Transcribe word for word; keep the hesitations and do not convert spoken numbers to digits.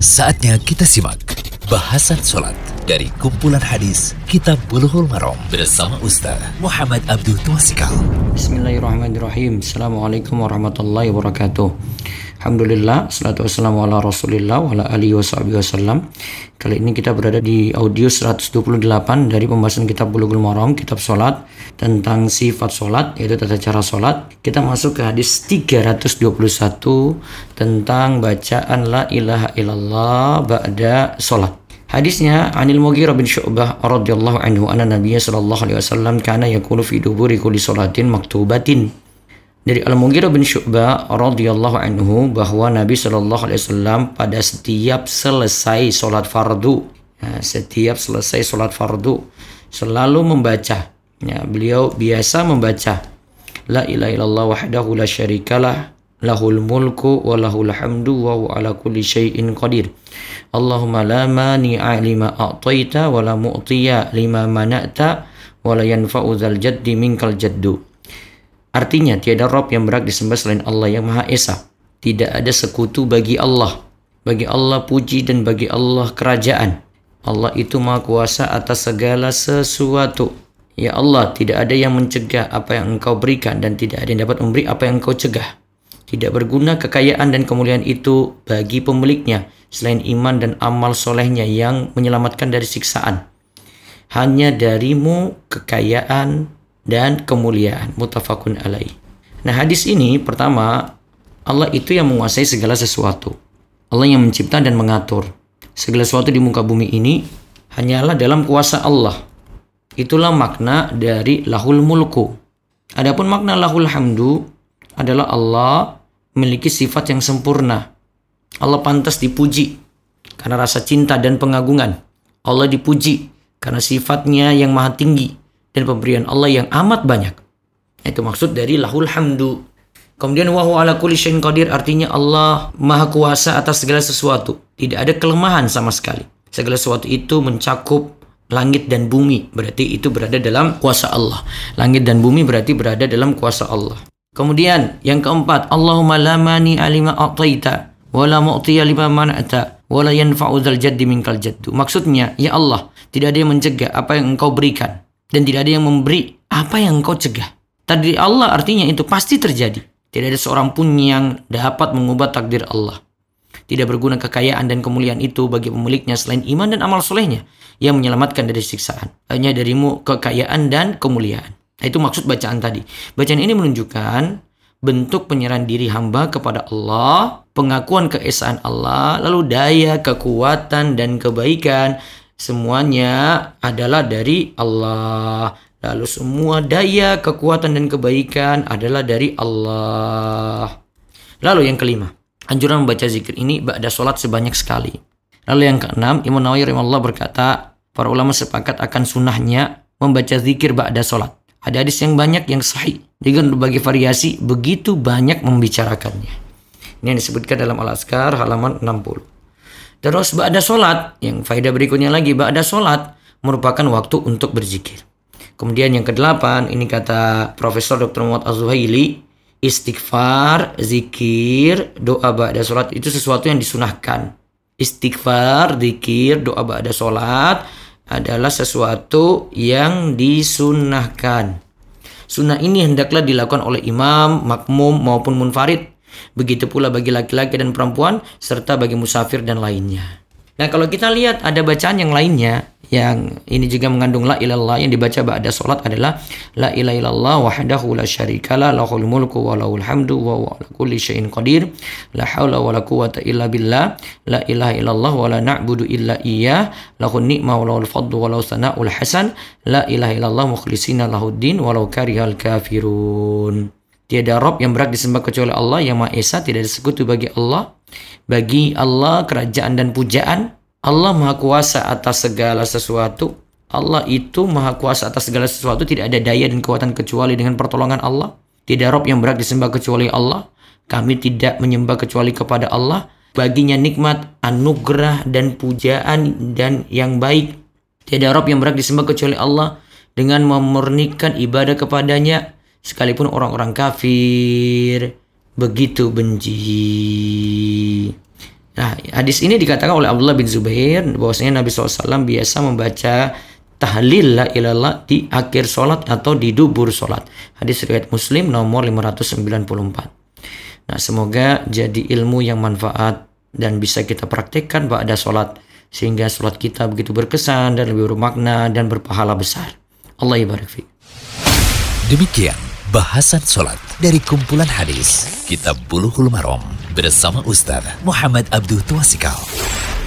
Saatnya kita simak bahasan sholat dari kumpulan hadis Kitab Bulughul Maram bersama Ustaz Muhammad Abdul Twasikal. Bismillahirrahmanirrahim. Assalamualaikum warahmatullahi wabarakatuh. Alhamdulillah, salatu wassalamu ala rasulillah wa ala alihi wa sahbihi wasallam. Kali ini kita berada di audio seratus dua puluh delapan dari pembahasan kitab Bulughul Maram, kitab sholat, tentang sifat sholat, yaitu tata cara sholat. Kita masuk ke hadis tiga ratus dua puluh satu tentang bacaan la ilaha illallah ba'da sholat. Hadisnya Anil Mughirah bin Syu'bah radhiyallahu anhu anna Nabiyya sallallahu alaihi wasallam kana yaqulu fi duburi kulli sholatin maktubatin. Dari Al-Mughirah bin Syu'bah radhiyallahu anhu bahwa Nabi sallallahu alaihi wasallam pada setiap selesai salat fardu, ya, setiap selesai salat fardu selalu membaca, ya, beliau biasa membaca la ilaha illallah wahdahu la syarikalah lahul mulku wa lahul hamdu wa huwa ala kulli syai'in qadir. Allahumma la mani'a lima a'taita wa la mu'tiya lima mana'ta wa la yanfa'u dzal jaddi minkal jaddu. Artinya, tiada Rabb yang berhak disembah selain Allah yang Maha Esa. Tidak ada sekutu bagi Allah. Bagi Allah puji dan bagi Allah kerajaan. Allah itu Maha Kuasa atas segala sesuatu. Ya Allah, tidak ada yang mencegah apa yang Engkau berikan dan tidak ada yang dapat memberi apa yang Engkau cegah. Tidak berguna kekayaan dan kemuliaan itu bagi pemiliknya selain iman dan amal solehnya yang menyelamatkan dari siksaan. Hanya darimu kekayaan dan kemuliaan, muttafaqun alaih. Nah, hadis ini pertama, Allah itu yang menguasai segala sesuatu. Allah yang mencipta dan mengatur. Segala sesuatu di muka bumi ini hanyalah dalam kuasa Allah. Itulah makna dari lahul mulku. Adapun makna lahul hamdu adalah Allah memiliki sifat yang sempurna. Allah pantas dipuji karena rasa cinta dan pengagungan. Allah dipuji karena sifatnya yang maha tinggi dan pemberian Allah yang amat banyak. Itu maksud dari lahul hamdu. Kemudian wa huwa ala kulli syai'in qadir, artinya Allah maha kuasa atas segala sesuatu. Tidak ada kelemahan sama sekali. Segala sesuatu itu mencakup langit dan bumi. Berarti itu berada dalam kuasa Allah. Langit dan bumi berarti berada dalam kuasa Allah. Kemudian yang keempat, Allahumma la mani'a lima a'taita wa la mu'tiya lima mana'ta wa la yanfa'u dzal jaddi minkal jaddu. Maksudnya, ya Allah, tidak ada yang mencegah apa yang Engkau berikan dan tidak ada yang memberi apa yang Engkau cegah. Takdir Allah artinya itu pasti terjadi. Tidak ada seorang pun yang dapat mengubah takdir Allah. Tidak berguna kekayaan dan kemuliaan itu bagi pemiliknya selain iman dan amal solehnya yang menyelamatkan dari siksaan. Hanya darimu kekayaan dan kemuliaan. Nah, itu maksud bacaan tadi. Bacaan ini menunjukkan bentuk penyerahan diri hamba kepada Allah, pengakuan keesaan Allah, lalu daya, kekuatan, dan kebaikan semuanya adalah dari Allah. Lalu semua daya, kekuatan, dan kebaikan adalah dari Allah. Lalu yang kelima, anjuran membaca zikir ini ba'da sholat sebanyak sekali. Lalu yang keenam, Imam Nawawi rahimahullah berkata, para ulama sepakat akan sunnahnya membaca zikir ba'da sholat. Ada hadis yang banyak yang sahih dengan berbagai variasi, begitu banyak membicarakannya. Ini yang disebutkan dalam Al-Azkar halaman enam puluh. Terus ba'da sholat, yang faedah berikutnya lagi, ba'da sholat merupakan waktu untuk berzikir. Kemudian yang kedelapan, ini kata Profesor Doktor Muhammad Az-Zuhaili, istighfar, zikir, doa ba'da sholat itu sesuatu yang disunahkan. Istighfar, zikir, doa ba'da sholat adalah sesuatu yang disunahkan. Sunnah ini hendaklah dilakukan oleh imam, makmum maupun munfarid. Begitu pula bagi laki-laki dan perempuan, serta bagi musafir dan lainnya. Nah, kalau kita lihat ada bacaan yang lainnya, yang ini juga mengandung la ilallah yang dibaca ba'da sholat adalah la ilaha illallah wahdahu la syarikalah lahul mulku wa lahul hamdu wa huwa ala kulli syai'in qadir la haula wa la quwwata illa billah la ilaha illallah wa la na'budu illa iyyah lahun ni'ma wa lahul fadlu wa lahu sana'ul hasan la ilaha illallah mukhlishina lahuddin walau karihal kafirun. Tiada Rabb yang berhak disembah kecuali Allah yang Maha Esa, tidak ada sekutu bagi Allah. Bagi Allah kerajaan dan pujaan. Allah Maha Kuasa atas segala sesuatu. Allah itu Maha Kuasa atas segala sesuatu. Tidak ada daya dan kekuatan kecuali dengan pertolongan Allah. Tidak Rabb yang berhak disembah kecuali Allah. Kami tidak menyembah kecuali kepada Allah. Baginya nikmat, anugerah, dan pujaan dan yang baik. Tidak Rabb yang berhak disembah kecuali Allah dengan memurnikan ibadah kepadanya. Sekalipun orang-orang kafir begitu benci. Nah, hadis ini dikatakan oleh Abdullah bin Zubair bahwasanya Nabi shallallahu alaihi wasallam biasa membaca tahlil la ilallah di akhir sholat atau di dubur sholat. Hadis riwayat Muslim nomor lima ratus sembilan puluh empat. Nah, semoga jadi ilmu yang manfaat dan bisa kita praktekkan pada sholat, sehingga sholat kita begitu berkesan dan lebih bermakna dan berpahala besar. Allah ibarik fiik. Demikian bahasan sholat dari kumpulan hadis Kitab Bulughul Maram bersama Ustaz Muhammad Abduh Twasikal.